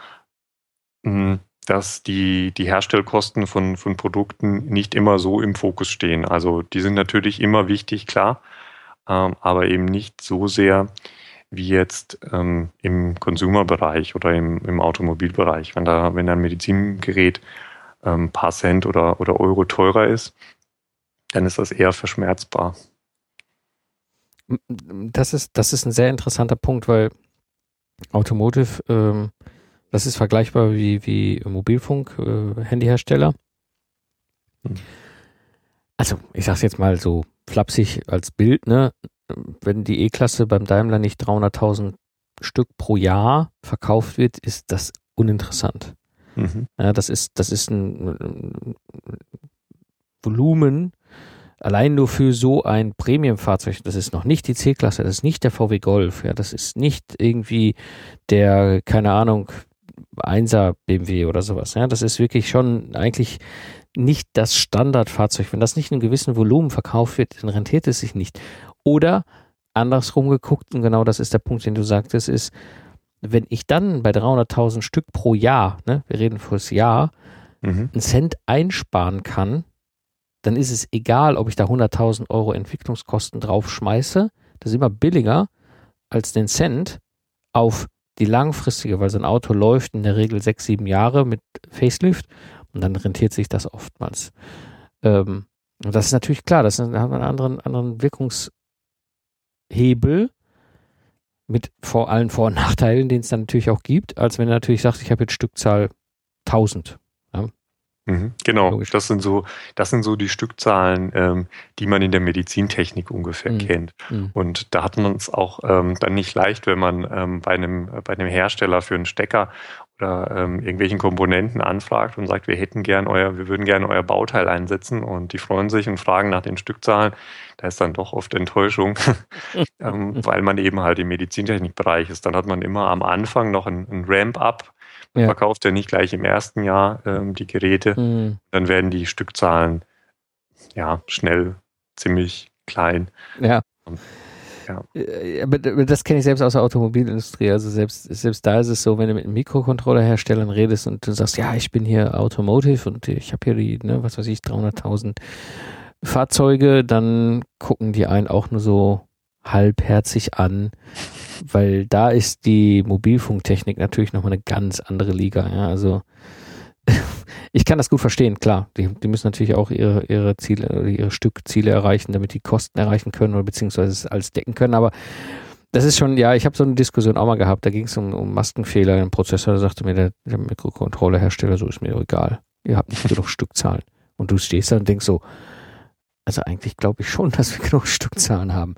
dass die Herstellkosten von Produkten nicht immer so im Fokus stehen. Also die sind natürlich immer wichtig, klar, aber eben nicht so sehr wie jetzt im Consumer-Bereich oder im Automobilbereich. Wenn ein Medizingerät ein paar Cent oder Euro teurer ist, dann ist das eher verschmerzbar. Das ist ein sehr interessanter Punkt, weil Automotive, das ist vergleichbar wie Mobilfunk, Handyhersteller. Also ich sag's jetzt mal so flapsig als Bild, ne? Wenn die E-Klasse beim Daimler nicht 300.000 Stück pro Jahr verkauft wird, ist das uninteressant. Ja, das ist ein Volumen, allein nur für so ein Premium-Fahrzeug. Das ist noch nicht die C-Klasse, das ist nicht der VW Golf, ja, das ist nicht irgendwie der, keine Ahnung, 1er BMW oder sowas. Ja, das ist wirklich schon eigentlich nicht das Standardfahrzeug. Wenn das nicht in einem gewissen Volumen verkauft wird, dann rentiert es sich nicht. Oder andersrum geguckt, und genau das ist der Punkt, den du sagtest, ist, wenn ich dann bei 300.000 Stück pro Jahr, ne, wir reden fürs Jahr, einen Cent einsparen kann, dann ist es egal, ob ich da 100.000 Euro Entwicklungskosten draufschmeiße. Das ist immer billiger als den Cent auf die langfristige, weil so ein Auto läuft in der Regel 6, 7 Jahre mit Facelift und dann rentiert sich das oftmals. Und das ist natürlich klar, das hat einen anderen Wirkungshebel, mit allen Vor- und Nachteilen, den es dann natürlich auch gibt, als wenn er natürlich sagt, ich habe jetzt Stückzahl 1000. Ja? Genau, Logisch. das sind so die Stückzahlen, die man in der Medizintechnik ungefähr kennt. Und da hat man es auch dann nicht leicht, wenn man bei einem Hersteller für einen Stecker oder irgendwelchen Komponenten anfragt und sagt, wir würden gerne euer Bauteil einsetzen, und die freuen sich und fragen nach den Stückzahlen. Da ist dann doch oft Enttäuschung, weil man eben halt im Medizintechnikbereich ist. Dann hat man immer am Anfang noch ein Ramp-up. Man verkauft ja nicht gleich im ersten Jahr die Geräte. Dann werden die Stückzahlen schnell ziemlich klein. Ja. Aber das kenne ich selbst aus der Automobilindustrie. Also selbst da ist es so, wenn du mit einem Mikrocontroller-Herstellern redest und du sagst, ja, ich bin hier Automotive und ich habe hier die, 300.000 Fahrzeuge, dann gucken die einen auch nur so halbherzig an, weil da ist die Mobilfunktechnik natürlich nochmal eine ganz andere Liga. Ja? Also ich kann das gut verstehen, klar. Die müssen natürlich auch ihre Ziele oder ihre Stückziele erreichen, damit die Kosten erreichen können oder beziehungsweise es alles decken können. Aber das ist schon, ich habe so eine Diskussion auch mal gehabt. Da ging es um Maskenfehler im Prozessor. Da sagte mir der Mikrocontroller-Hersteller, so ist mir doch egal. Ihr habt nicht genug Stückzahlen. Und du stehst da und denkst so, also eigentlich glaube ich schon, dass wir genug Stückzahlen haben.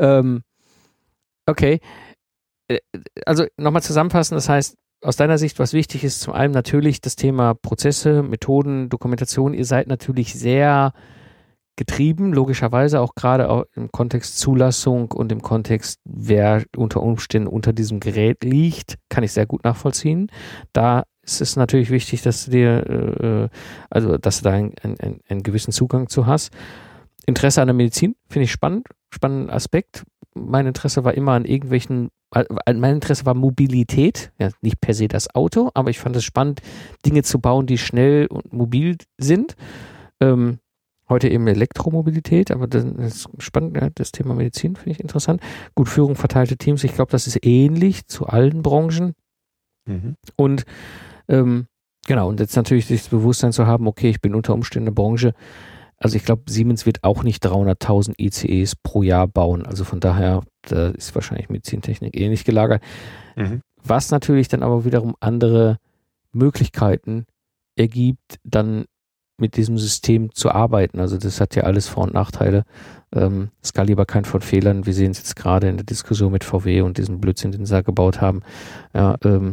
Okay. Also nochmal zusammenfassen, das heißt, aus deiner Sicht, was wichtig ist, zum einen natürlich das Thema Prozesse, Methoden, Dokumentation. Ihr seid natürlich sehr getrieben, logischerweise auch gerade auch im Kontext Zulassung und im Kontext, wer unter Umständen unter diesem Gerät liegt, kann ich sehr gut nachvollziehen. Da ist es natürlich wichtig, dass du dir, dass du da einen gewissen Zugang zu hast. Interesse an der Medizin finde ich spannenden Aspekt. Mein Interesse war immer mein Interesse war Mobilität, ja, nicht per se das Auto, aber ich fand es spannend, Dinge zu bauen, die schnell und mobil sind. Heute eben Elektromobilität, aber das ist spannend, ja, das Thema Medizin finde ich interessant. Gut, Führung, verteilte Teams, ich glaube, das ist ähnlich zu allen Branchen. Und genau, und jetzt natürlich das Bewusstsein zu haben, okay, ich bin unter Umständen eine Branche. Also ich glaube, Siemens wird auch nicht 300.000 ICEs pro Jahr bauen. Also von daher, da ist wahrscheinlich Medizintechnik ähnlich gelagert. Was natürlich dann aber wiederum andere Möglichkeiten ergibt, dann mit diesem System zu arbeiten. Also das hat ja alles Vor- und Nachteile. Skalierbarkeit von Fehlern. Wir sehen es jetzt gerade in der Diskussion mit VW und diesem Blödsinn, den sie da gebaut haben. Ja,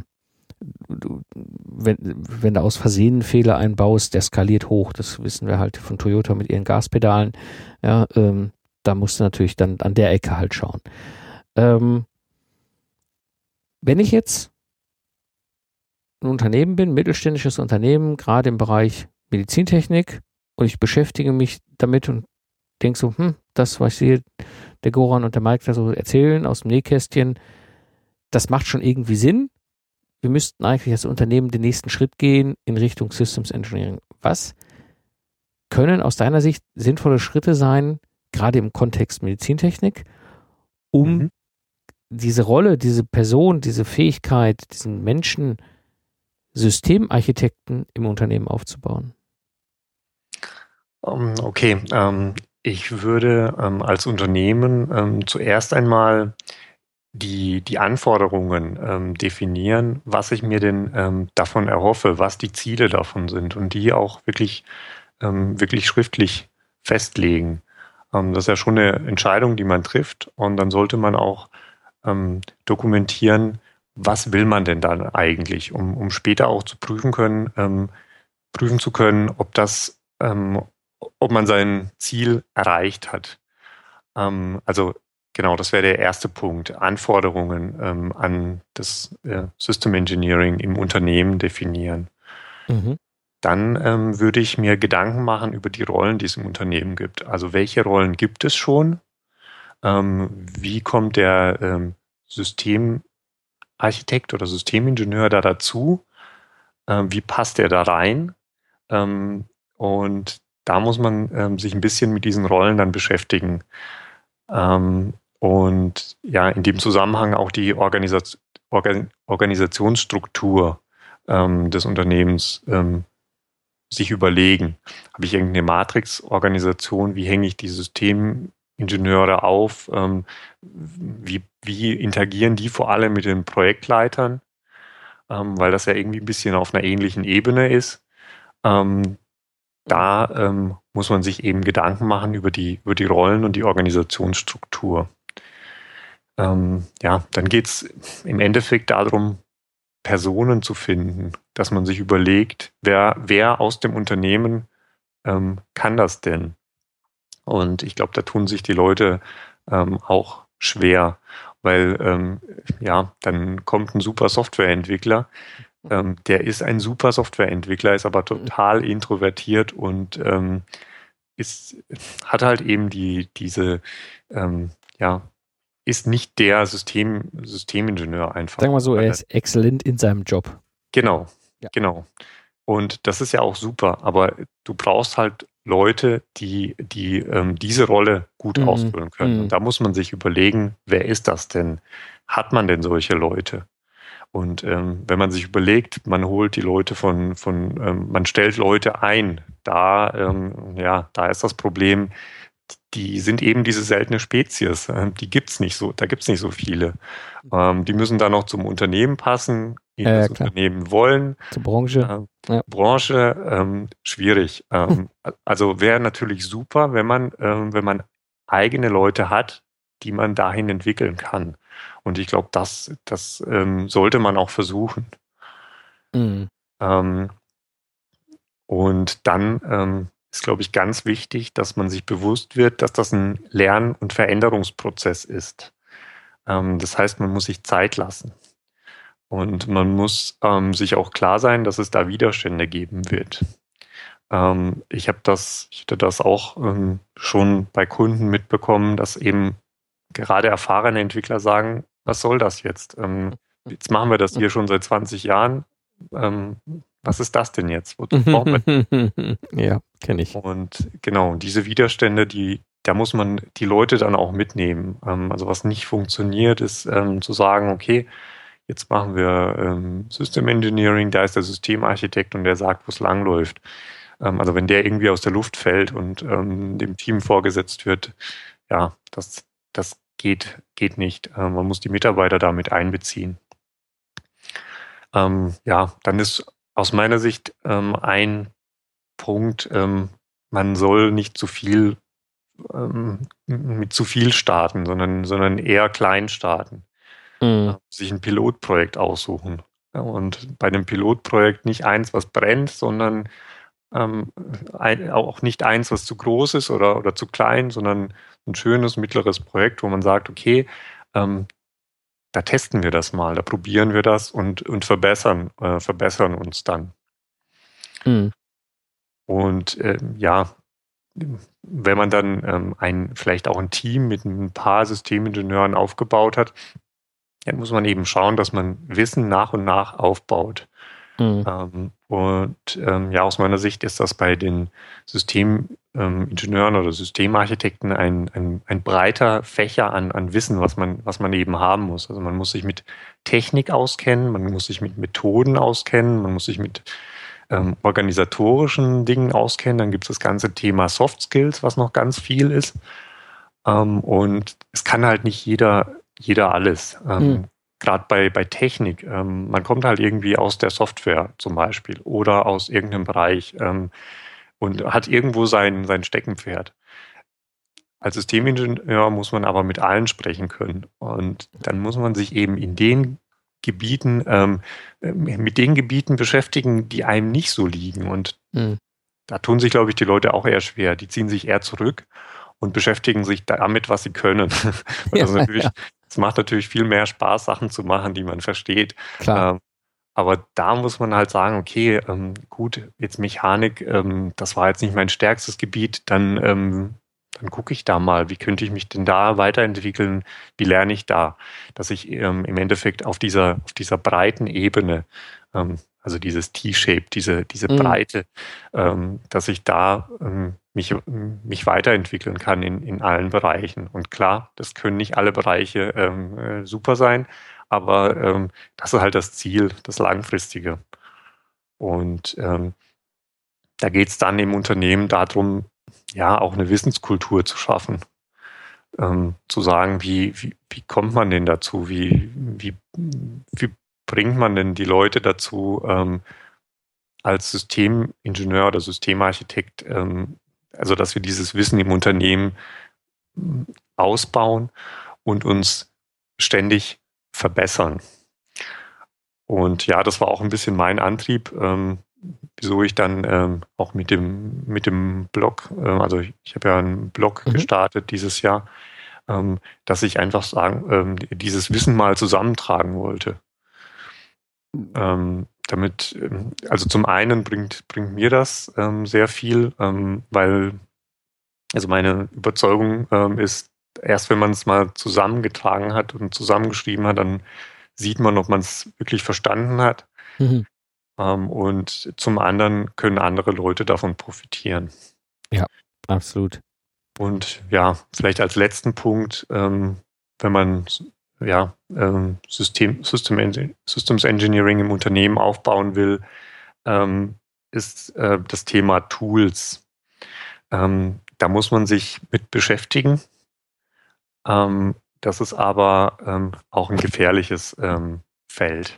wenn du aus Versehen einen Fehler einbaust, der skaliert hoch. Das wissen wir halt von Toyota mit ihren Gaspedalen. Ja, da musst du natürlich dann an der Ecke halt schauen. Wenn ich jetzt ein Unternehmen bin, mittelständisches Unternehmen, gerade im Bereich Medizintechnik, und ich beschäftige mich damit und denke so, das, was hier der Goran und der Mike da so erzählen aus dem Nähkästchen, das macht schon irgendwie Sinn. Wir müssten eigentlich als Unternehmen den nächsten Schritt gehen in Richtung Systems Engineering. Was können aus deiner Sicht sinnvolle Schritte sein, gerade im Kontext Medizintechnik, um diese Rolle, diese Person, diese Fähigkeit, diesen Menschen, Systemarchitekten im Unternehmen aufzubauen? Okay, ich würde als Unternehmen zuerst einmal die Anforderungen definieren, was ich mir denn davon erhoffe, was die Ziele davon sind, und die auch wirklich schriftlich festlegen. Das ist ja schon eine Entscheidung, die man trifft, und dann sollte man auch dokumentieren, was will man denn dann eigentlich, um später auch zu prüfen zu können, ob man sein Ziel erreicht hat. Also genau, das wäre der erste Punkt. Anforderungen an das System Engineering im Unternehmen definieren. Dann würde ich mir Gedanken machen über die Rollen, die es im Unternehmen gibt. Also welche Rollen gibt es schon? Wie kommt der Systemarchitekt oder Systemingenieur da dazu? Wie passt er da rein? Und da muss man sich ein bisschen mit diesen Rollen dann beschäftigen. Und ja, in dem Zusammenhang auch die Organisationsstruktur des Unternehmens sich überlegen. Habe ich irgendeine Matrix-Organisation? Wie hänge ich die Systeme Ingenieure auf? Wie interagieren die vor allem mit den Projektleitern? Weil das ja irgendwie ein bisschen auf einer ähnlichen Ebene ist. Da muss man sich eben Gedanken machen über die Rollen und die Organisationsstruktur. Dann geht es im Endeffekt darum, Personen zu finden, dass man sich überlegt, wer aus dem Unternehmen kann das denn? Und ich glaube, da tun sich die Leute auch schwer, weil dann kommt ein super Softwareentwickler, der ist ein super Softwareentwickler, ist aber total introvertiert und hat halt eben diese ist nicht der Systemingenieur einfach. Sagen wir so, er ist exzellent in seinem Job. Genau, genau. Und das ist ja auch super, aber du brauchst halt Leute, die diese Rolle gut ausfüllen können. Und da muss man sich überlegen, wer ist das denn? Hat man denn solche Leute? Und wenn man sich überlegt, man holt die Leute man stellt Leute ein, da ist das Problem, die sind eben diese seltene Spezies. Die gibt's nicht so, da gibt's nicht so viele. Die müssen dann noch zum Unternehmen passen, die das Unternehmen wollen. Zur Branche. Branche, schwierig. Also wäre natürlich super, wenn man eigene Leute hat, die man dahin entwickeln kann. Und ich glaube, das sollte man auch versuchen. Und dann ist, glaube ich, ganz wichtig, dass man sich bewusst wird, dass das ein Lern- und Veränderungsprozess ist. Das heißt, man muss sich Zeit lassen. Und man muss sich auch klar sein, dass es da Widerstände geben wird. Ich hatte das auch schon bei Kunden mitbekommen, dass eben gerade erfahrene Entwickler sagen, was soll das jetzt? Jetzt machen wir das hier schon seit 20 Jahren. Was ist das denn jetzt? Wozu brauchen wir? Ja, kenne ich. Und genau, diese Widerstände, da muss man die Leute dann auch mitnehmen. Also was nicht funktioniert, ist zu sagen, okay, jetzt machen wir System Engineering, da ist der Systemarchitekt und der sagt, wo es langläuft. Also wenn der irgendwie aus der Luft fällt und dem Team vorgesetzt wird, ja, das geht nicht. Man muss die Mitarbeiter damit einbeziehen. Dann ist aus meiner Sicht ein Punkt, man soll nicht zu viel mit zu viel starten, sondern eher klein starten. Sich ein Pilotprojekt aussuchen. Und bei einem Pilotprojekt nicht eins, was brennt, sondern auch nicht eins, was zu groß ist oder zu klein, sondern ein schönes mittleres Projekt, wo man sagt, okay, da testen wir das mal, da probieren wir das und verbessern uns dann. Und wenn man dann vielleicht auch ein Team mit ein paar Systemingenieuren aufgebaut hat, dann muss man eben schauen, dass man Wissen nach und nach aufbaut. Aus meiner Sicht ist das bei den Systemingenieuren oder Systemarchitekten ein breiter Fächer an Wissen, was man eben haben muss. Also man muss sich mit Technik auskennen, man muss sich mit Methoden auskennen, man muss sich mit organisatorischen Dingen auskennen. Dann gibt es das ganze Thema Soft Skills, was noch ganz viel ist. Und es kann halt nicht jeder alles. Gerade bei Technik. Man kommt halt irgendwie aus der Software zum Beispiel oder aus irgendeinem Bereich und hat irgendwo sein Steckenpferd. Als Systemingenieur muss man aber mit allen sprechen können. Und dann muss man sich eben in den Gebieten, mit den Gebieten beschäftigen, die einem nicht so liegen. Und da tun sich, glaube ich, die Leute auch eher schwer. Die ziehen sich eher zurück und beschäftigen sich damit, was sie können. Es macht natürlich viel mehr Spaß, Sachen zu machen, die man versteht. Klar. Aber da muss man halt sagen, okay, gut, jetzt Mechanik, das war jetzt nicht mein stärkstes Gebiet, dann gucke ich da mal, wie könnte ich mich denn da weiterentwickeln, wie lerne ich da, dass ich im Endeffekt auf dieser breiten Ebene, also dieses T-Shape, diese Breite, dass ich da mich weiterentwickeln kann in allen Bereichen. Und klar, das können nicht alle Bereiche super sein, aber das ist halt das Ziel, das Langfristige. Und da geht es dann im Unternehmen darum, ja, auch eine Wissenskultur zu schaffen. zu sagen, wie kommt man denn dazu? Wie bringt man denn die Leute dazu, als Systemingenieur oder Systemarchitekt, also dass wir dieses Wissen im Unternehmen ausbauen und uns ständig verbessern. Und ja, das war auch ein bisschen mein Antrieb, wieso ich dann auch mit dem Blog, also ich habe ja einen Blog gestartet dieses Jahr, dass ich einfach sagen, dieses Wissen mal zusammentragen wollte. Damit, also zum einen bringt mir das sehr viel, weil, also meine Überzeugung ist, erst wenn man es mal zusammengetragen hat und zusammengeschrieben hat, dann sieht man, ob man es wirklich verstanden hat. Und zum anderen können andere Leute davon profitieren. Ja, absolut. Und ja, vielleicht als letzten Punkt, wenn man Systems Engineering im Unternehmen aufbauen will, ist das Thema Tools. Da muss man sich mit beschäftigen. Das ist aber auch ein gefährliches Feld.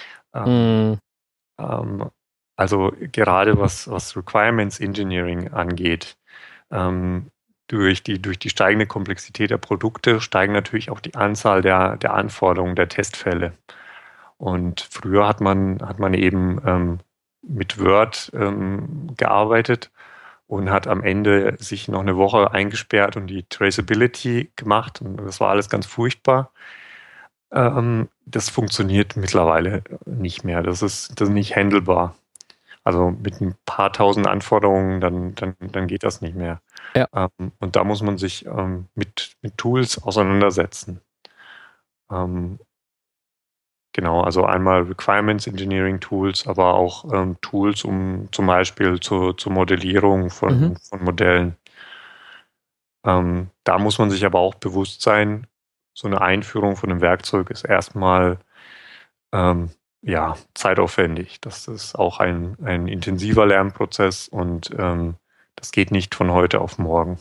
Also gerade was Requirements Engineering angeht, durch die steigende Komplexität der Produkte steigen natürlich auch die Anzahl der Anforderungen, der Testfälle. Und früher hat man eben mit Word gearbeitet und hat am Ende sich noch eine Woche eingesperrt und die Traceability gemacht. Und das war alles ganz furchtbar. Das funktioniert mittlerweile nicht mehr. Das ist nicht handelbar. Also mit ein paar tausend Anforderungen, dann geht das nicht mehr. Ja. Und da muss man sich mit Tools auseinandersetzen. Genau, also einmal Requirements Engineering Tools, aber auch Tools, um zum Beispiel zur Modellierung von Modellen. Da muss man sich aber auch bewusst sein, so eine Einführung von einem Werkzeug ist erstmal zeitaufwendig. Das ist auch ein intensiver Lernprozess und das geht nicht von heute auf morgen.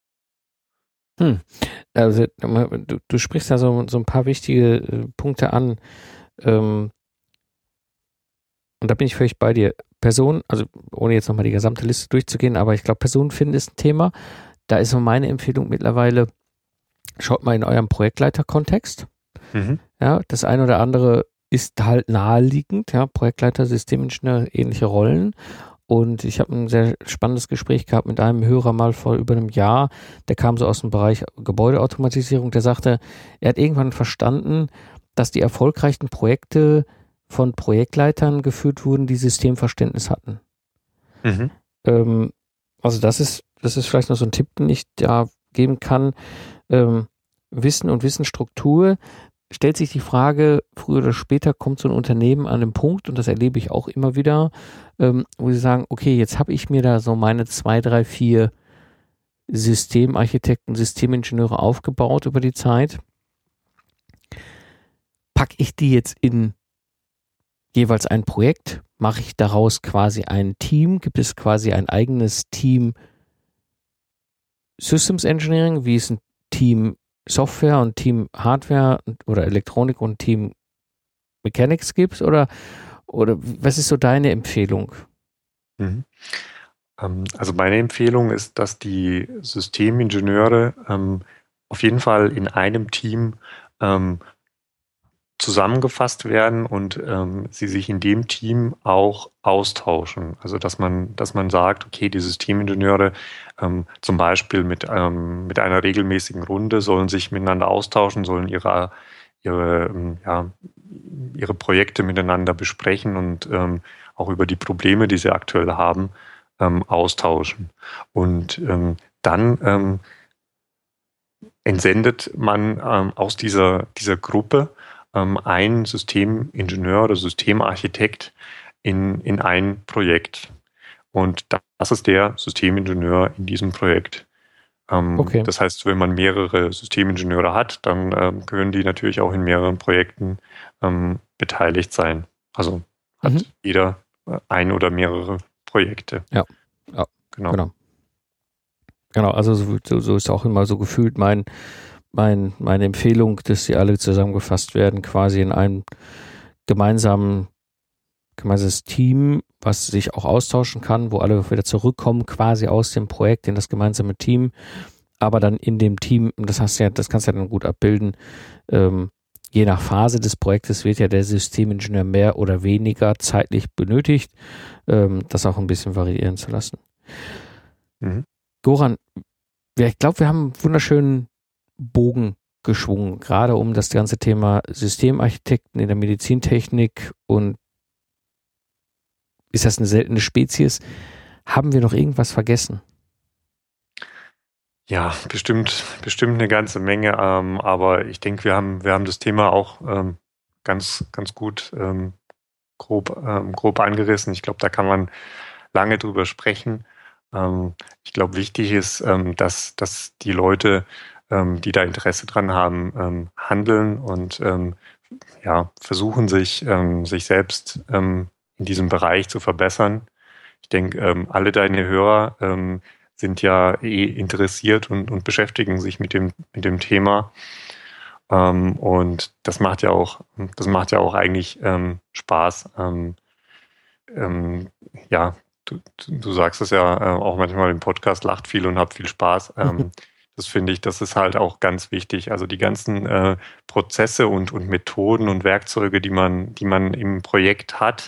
Also du sprichst da so ein paar wichtige Punkte an. Und da bin ich völlig bei dir. Personen, also ohne jetzt nochmal die gesamte Liste durchzugehen, aber ich glaube, Personen finden ist ein Thema. Da ist so meine Empfehlung mittlerweile, schaut mal in eurem Projektleiter-Kontext. Ja, das eine oder andere ist halt naheliegend, ja, Projektleiter, Systemingenieur, ähnliche Rollen. Und ich habe ein sehr spannendes Gespräch gehabt mit einem Hörer mal vor über einem Jahr, der kam so aus dem Bereich Gebäudeautomatisierung, der sagte, er hat irgendwann verstanden, dass die erfolgreichen Projekte von Projektleitern geführt wurden, die Systemverständnis hatten. Also das ist vielleicht noch so ein Tipp, den ich da geben kann. Wissen und Wissensstruktur. Stellt sich die Frage, früher oder später kommt so ein Unternehmen an den Punkt, und das erlebe ich auch immer wieder, wo sie sagen, okay, jetzt habe ich mir da so meine 2, 3, 4 Systemarchitekten, Systemingenieure aufgebaut über die Zeit. Packe ich die jetzt in jeweils ein Projekt? Mache ich daraus quasi ein Team? Gibt es quasi ein eigenes Team Systems Engineering, wie es ein Team Software und Team Hardware oder Elektronik und Team Mechanics gibt? Oder was ist so deine Empfehlung? Also meine Empfehlung ist, dass die Systemingenieure auf jeden Fall in einem Team zusammengefasst werden und sie sich in dem Team auch austauschen. Also dass man sagt, okay, die Systemingenieure zum Beispiel mit einer regelmäßigen Runde sollen sich miteinander austauschen, sollen ihre Projekte miteinander besprechen und auch über die Probleme, die sie aktuell haben, austauschen. Und dann entsendet man aus dieser Gruppe ein Systemingenieur oder Systemarchitekt in ein Projekt. Und das ist der Systemingenieur in diesem Projekt. Okay. Das heißt, wenn man mehrere Systemingenieure hat, dann können die natürlich auch in mehreren Projekten beteiligt sein. Also hat jeder ein oder mehrere Projekte. Ja, genau. Genau, also so ist auch immer so gefühlt meine Empfehlung, dass sie alle zusammengefasst werden, quasi in einem gemeinsames Team, was sich auch austauschen kann, wo alle wieder zurückkommen, quasi aus dem Projekt in das gemeinsame Team, aber dann in dem Team, das kannst du ja dann gut abbilden, je nach Phase des Projektes wird ja der Systemingenieur mehr oder weniger zeitlich benötigt, das auch ein bisschen variieren zu lassen. Mhm. Goran, ich glaube, wir haben einen wunderschönen Bogen geschwungen, gerade um das ganze Thema Systemarchitekten in der Medizintechnik, und ist das eine seltene Spezies? Haben wir noch irgendwas vergessen? Ja, bestimmt eine ganze Menge, aber ich denke, wir haben das Thema auch ganz gut grob angerissen. Ich glaube, da kann man lange drüber sprechen. Ich glaube, wichtig ist, dass die Leute, die da Interesse dran haben, handeln und versuchen, sich selbst in diesem Bereich zu verbessern. Ich denke, alle deine Hörer sind ja interessiert und beschäftigen sich mit dem Thema. Und das macht ja auch eigentlich Spaß. Du sagst es ja auch manchmal im Podcast, lacht viel und habt viel Spaß. Das finde ich, das ist halt auch ganz wichtig. Also die ganzen Prozesse und Methoden und Werkzeuge, die man im Projekt hat,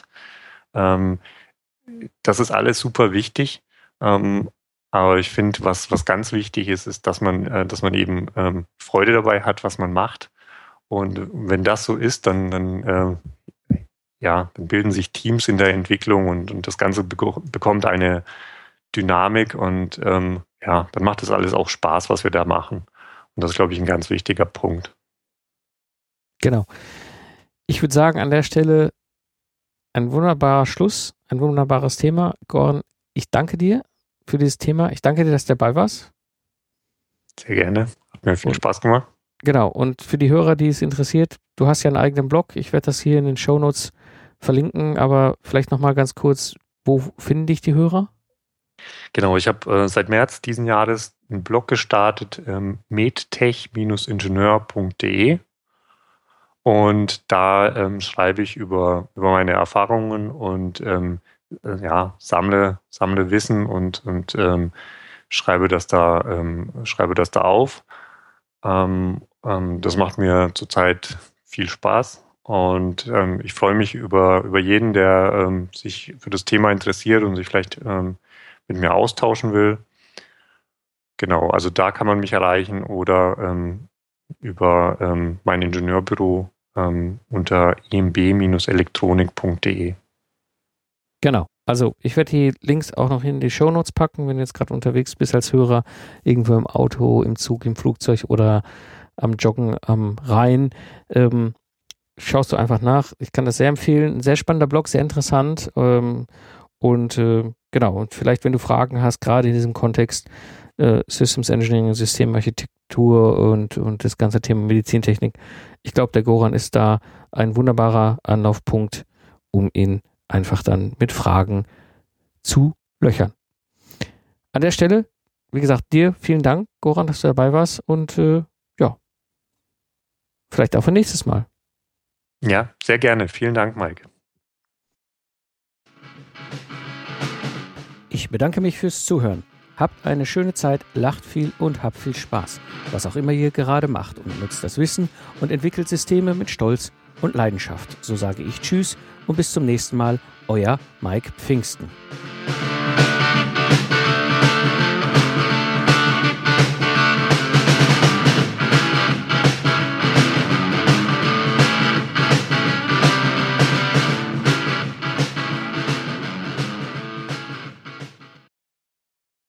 das ist alles super wichtig. Aber ich finde, was ganz wichtig ist, dass man eben Freude dabei hat, was man macht. Und wenn das so ist, dann bilden sich Teams in der Entwicklung und das Ganze bekommt eine Dynamik und dann macht das alles auch Spaß, was wir da machen. Und das ist, glaube ich, ein ganz wichtiger Punkt. Genau. Ich würde sagen, an der Stelle ein wunderbarer Schluss, ein wunderbares Thema. Goran, ich danke dir für dieses Thema. Ich danke dir, dass du dabei warst. Sehr gerne. Hat mir viel Spaß gemacht. Genau. Und für die Hörer, die es interessiert, du hast ja einen eigenen Blog. Ich werde das hier in den Shownotes verlinken, aber vielleicht nochmal ganz kurz, wo finden dich die Hörer? Genau, ich habe seit März diesen Jahres einen Blog gestartet, medtech-ingenieur.de, und da schreibe ich über meine Erfahrungen und sammle Wissen und schreibe das da auf. Das macht mir zurzeit viel Spaß. Und ich freue mich über jeden, der sich für das Thema interessiert und sich vielleicht mit mir austauschen will. Genau, also da kann man mich erreichen oder über mein Ingenieurbüro unter imb-elektronik.de. Genau, also ich werde die Links auch noch in die Shownotes packen, wenn du jetzt gerade unterwegs bist als Hörer, irgendwo im Auto, im Zug, im Flugzeug oder am Joggen am Rhein. Schaust du einfach nach. Ich kann das sehr empfehlen. Ein sehr spannender Blog, sehr interessant. Genau, und vielleicht, wenn du Fragen hast, gerade in diesem Kontext Systems Engineering, Systemarchitektur und das ganze Thema Medizintechnik, ich glaube, der Goran ist da ein wunderbarer Anlaufpunkt, um ihn einfach dann mit Fragen zu löchern. An der Stelle, wie gesagt, dir vielen Dank, Goran, dass du dabei warst, und vielleicht auch ein nächstes Mal. Ja, sehr gerne. Vielen Dank, Mike. Ich bedanke mich fürs Zuhören. Habt eine schöne Zeit, lacht viel und habt viel Spaß, was auch immer ihr gerade macht, und nutzt das Wissen und entwickelt Systeme mit Stolz und Leidenschaft. So sage ich Tschüss und bis zum nächsten Mal, euer Mike Pfingsten.